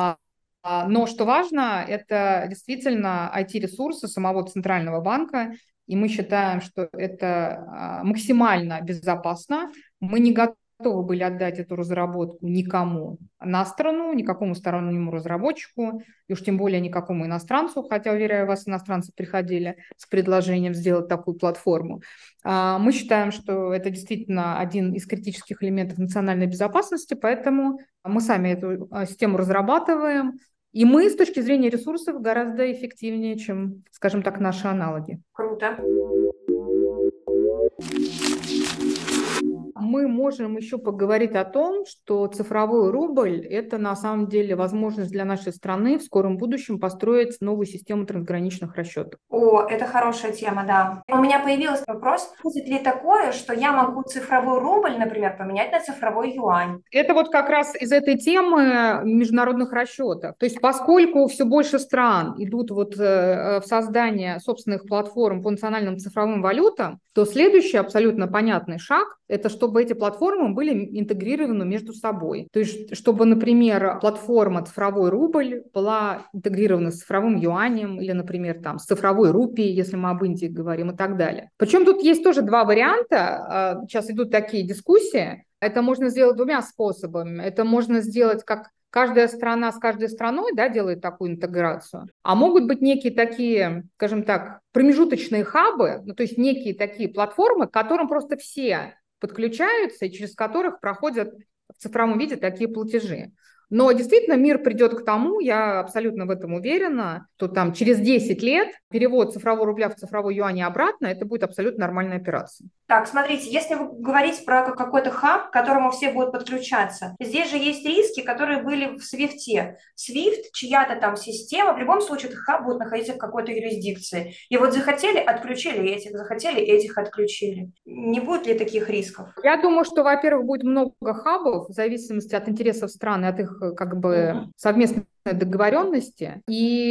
Но что важно, это действительно ай ти-ресурсы самого Центрального банка, и мы считаем, что это максимально безопасно. Мы не готовы были отдать эту разработку никому на страну, никакому стороннему разработчику, и уж тем более никакому иностранцу, хотя, уверяю вас, иностранцы приходили с предложением сделать такую платформу. Мы считаем, что это действительно один из критических элементов национальной безопасности, поэтому мы сами эту систему разрабатываем, и мы с точки зрения ресурсов гораздо эффективнее, чем, скажем так, наши аналоги. Круто. Мы можем еще поговорить о том, что цифровой рубль – это на самом деле возможность для нашей страны в скором будущем построить новую систему трансграничных расчетов. О, это хорошая тема, да. У меня появился вопрос, будет ли такое, что я могу цифровой рубль, например, поменять на цифровой юань? Это вот как раз из этой темы международных расчетов. То есть поскольку все больше стран идут вот в создание собственных платформ по национальным цифровым валютам, то следующий абсолютно понятный шаг – это чтобы эти платформы были интегрированы между собой. То есть чтобы, например, платформа цифровой рубль была интегрирована с цифровым юанем или, например, там, с цифровой рупией, если мы об Индии говорим, и так далее. Причем тут есть тоже два варианта. Сейчас идут такие дискуссии. Это можно сделать двумя способами. Это можно сделать как каждая страна с каждой страной, да, делает такую интеграцию. А могут быть некие такие, скажем так, промежуточные хабы, ну, то есть некие такие платформы, к которым просто все подключаются и через которых проходят в цифровом виде такие платежи. Но действительно мир придет к тому, я абсолютно в этом уверена, что там через десять лет перевод цифрового рубля в цифровой юань и обратно, это будет абсолютно нормальная операция. Так, смотрите, если вы говорите про какой-то хаб, к которому все будут подключаться, здесь же есть риски, которые были в свифте. свифт, чья-то там система, в любом случае этот хаб будет находиться в какой-то юрисдикции. И вот захотели, отключили этих, захотели, этих отключили. Не будет ли таких рисков? Я думаю, что, во-первых, будет много хабов в зависимости от интересов стран и от их как бы mm-hmm. совместной договоренности.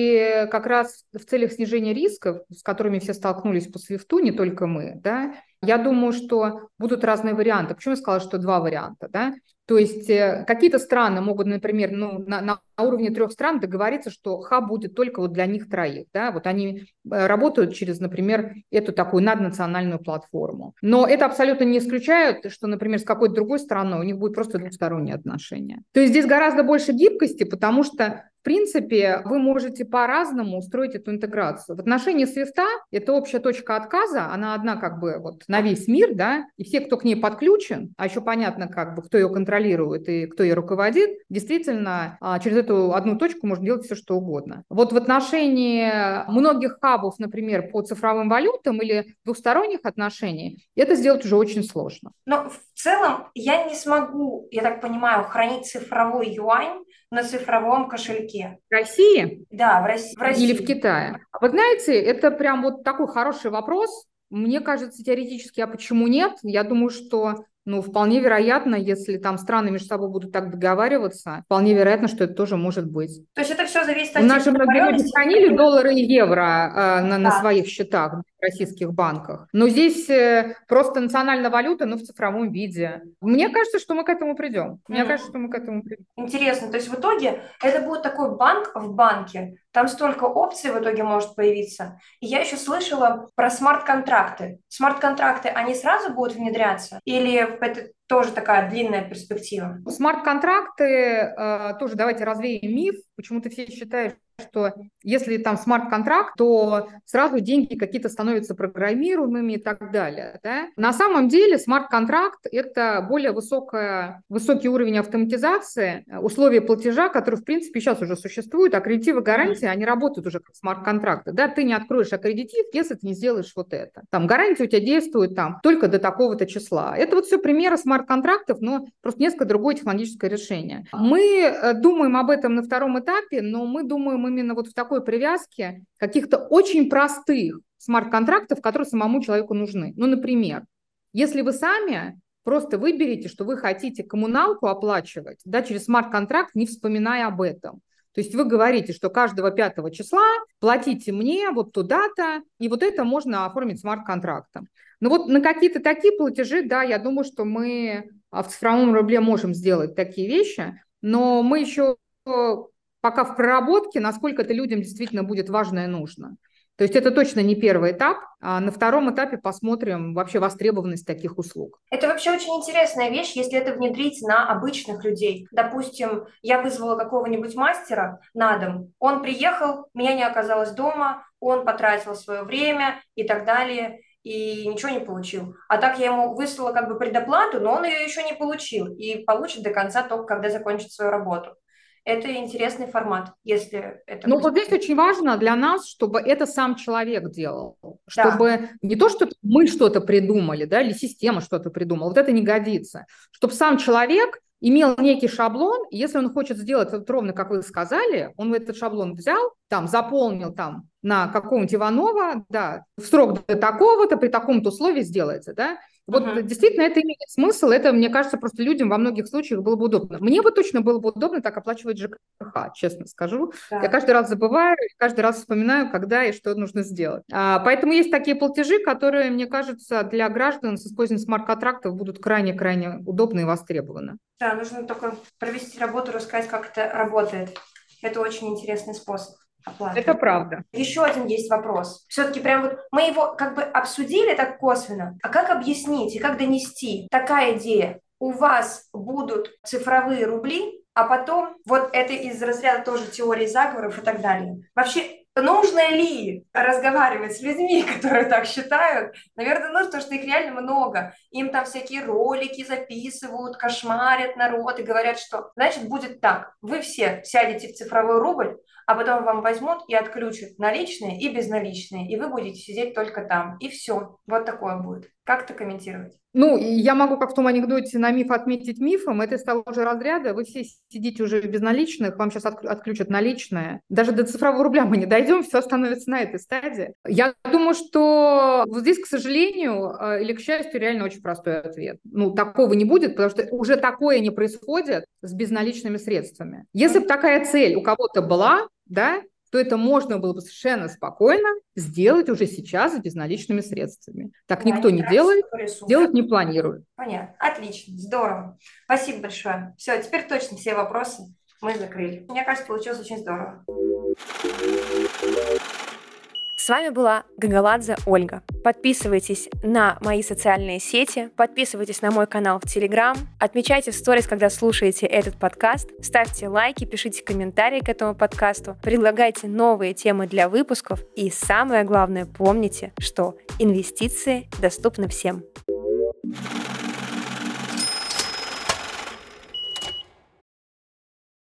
И как раз в целях снижения рисков, с которыми все столкнулись по свифту, не только мы, да, я думаю, что будут разные варианты. Почему я сказала, что два варианта, да? То есть какие-то страны могут, например, ну, на, на уровне трех стран договориться, что хаб будет только вот для них троих. Да? Вот они работают через, например, эту такую наднациональную платформу. Но это абсолютно не исключает, что, например, с какой-то другой страной у них будет просто двусторонние отношения. То есть здесь гораздо больше гибкости, потому что в принципе, вы можете по-разному устроить эту интеграцию. В отношении свифта это общая точка отказа, она одна как бы вот на весь мир, да, и все, кто к ней подключен, а еще понятно, как бы, кто ее контролирует и кто ее руководит, действительно, через эту одну точку можно делать все, что угодно. Вот в отношении многих хабов, например, по цифровым валютам или двухсторонних отношений, это сделать уже очень сложно. Но в целом я не смогу, я так понимаю, хранить цифровой юань на цифровом кошельке. В России? Да, в России. В России. Или в Китае? Вы знаете, это прям вот такой хороший вопрос. Мне кажется, теоретически, а почему нет? Я думаю, что ну, вполне вероятно, если там страны между собой будут так договариваться, вполне вероятно, что это тоже может быть. То есть это все зависит от... У нас же многие люди хранили доллары и евро э, на, да. на своих счетах в российских банках. Но здесь э, просто национальная валюта, но в цифровом виде. Мне кажется, что мы к этому придем. Мне mm. кажется, что мы к этому придем. Интересно. То есть в итоге это будет такой банк в банке. Там столько опций в итоге может появиться. И я еще слышала про смарт-контракты. Смарт-контракты, они сразу будут внедряться? Или это тоже такая длинная перспектива? Смарт-контракты, э, тоже давайте развеем миф. Почему-то все считают, что если там смарт-контракт, то сразу деньги какие-то становятся программируемыми и так далее. Да? На самом деле смарт-контракт – это более высокая, высокий уровень автоматизации, условия платежа, которые, в принципе, сейчас уже существуют. Аккредитивы гарантии, они работают уже как смарт-контракты. Да? Ты не откроешь аккредитив, если ты не сделаешь вот это. Там гарантия у тебя действует там, только до такого-то числа. Это вот все примеры смарт-контрактов, но просто несколько другое технологическое решение. Мы думаем об этом на втором этапе, но мы думаем именно вот в такой привязке каких-то очень простых смарт-контрактов, которые самому человеку нужны. Ну, например, если вы сами просто выберете, что вы хотите коммуналку оплачивать, да, через смарт-контракт, не вспоминая об этом. То есть вы говорите, что каждого пятого числа платите мне вот туда-то, и вот это можно оформить смарт-контрактом. Но вот на какие-то такие платежи, да, я думаю, что мы в цифровом рубле можем сделать такие вещи, но мы еще пока в проработке, насколько это людям действительно будет важно и нужно. То есть это точно не первый этап, а на втором этапе посмотрим вообще востребованность таких услуг. Это вообще очень интересная вещь, если это внедрить на обычных людей. Допустим, я вызвала какого-нибудь мастера на дом, он приехал, меня не оказалось дома, он потратил свое время и так далее, и ничего не получил. А так я ему выслала как бы предоплату, но он ее еще не получил, и получит до конца только когда закончит свою работу. Это интересный формат, если это... Ну, вот здесь очень важно для нас, чтобы это сам человек делал. Чтобы да. не то, что мы что-то придумали, да, или система что-то придумала, вот это не годится. Чтобы сам человек имел некий шаблон, и если он хочет сделать вот ровно, как вы сказали, он этот шаблон взял, там, заполнил там на какого-нибудь Иванова, да, в срок до такого-то, при таком-то условии сделается, да. Вот uh-huh. действительно это имеет смысл, это, мне кажется, просто людям во многих случаях было бы удобно. Мне бы точно было бы удобно так оплачивать ЖКХ, честно скажу. Да. Я каждый раз забываю, каждый раз вспоминаю, когда и что нужно сделать. А, поэтому есть такие платежи, которые, мне кажется, для граждан с использованием смарт-контрактов будут крайне-крайне удобны и востребованы. Да, нужно только провести работу, рассказать, как это работает. Это очень интересный способ. Оплаты. Это правда. Еще один есть вопрос. Все-таки прям вот мы его как бы обсудили так косвенно. А как объяснить и как донести такая идея? У вас будут цифровые рубли, а потом вот это из разряда тоже теории заговоров и так далее. Вообще Нужно ли разговаривать с людьми, которые так считают? Наверное, нужно, потому что их реально много. Им там всякие ролики записывают, кошмарят народ и говорят, что, значит, будет так. Вы все сядете в цифровой рубль, а потом вам возьмут и отключат наличные и безналичные, и вы будете сидеть только там. И все. Вот такое будет. Как это комментировать? Ну, я могу, как в том анекдоте, на миф отметить мифом. Это из того же разряда. Вы все сидите уже без наличных, вам сейчас отключат наличные. Даже до цифрового рубля мы не дойдем, все остановится на этой стадии. Я думаю, что вот здесь, к сожалению, или к счастью, реально очень простой ответ. Ну, такого не будет, потому что уже такое не происходит с безналичными средствами. Если бы такая цель у кого-то была, да, то это можно было бы совершенно спокойно сделать уже сейчас с безналичными средствами. Так Да, никто не делает, делать не планирует. Понятно, отлично, здорово. Спасибо большое. Все, теперь точно все вопросы мы закрыли. Мне кажется, получилось очень здорово. С вами была Гагаладзе Ольга. Подписывайтесь на мои социальные сети, подписывайтесь на мой канал в Телеграм, отмечайте в сторис, когда слушаете этот подкаст, ставьте лайки, пишите комментарии к этому подкасту, предлагайте новые темы для выпусков и самое главное, помните, что инвестиции доступны всем.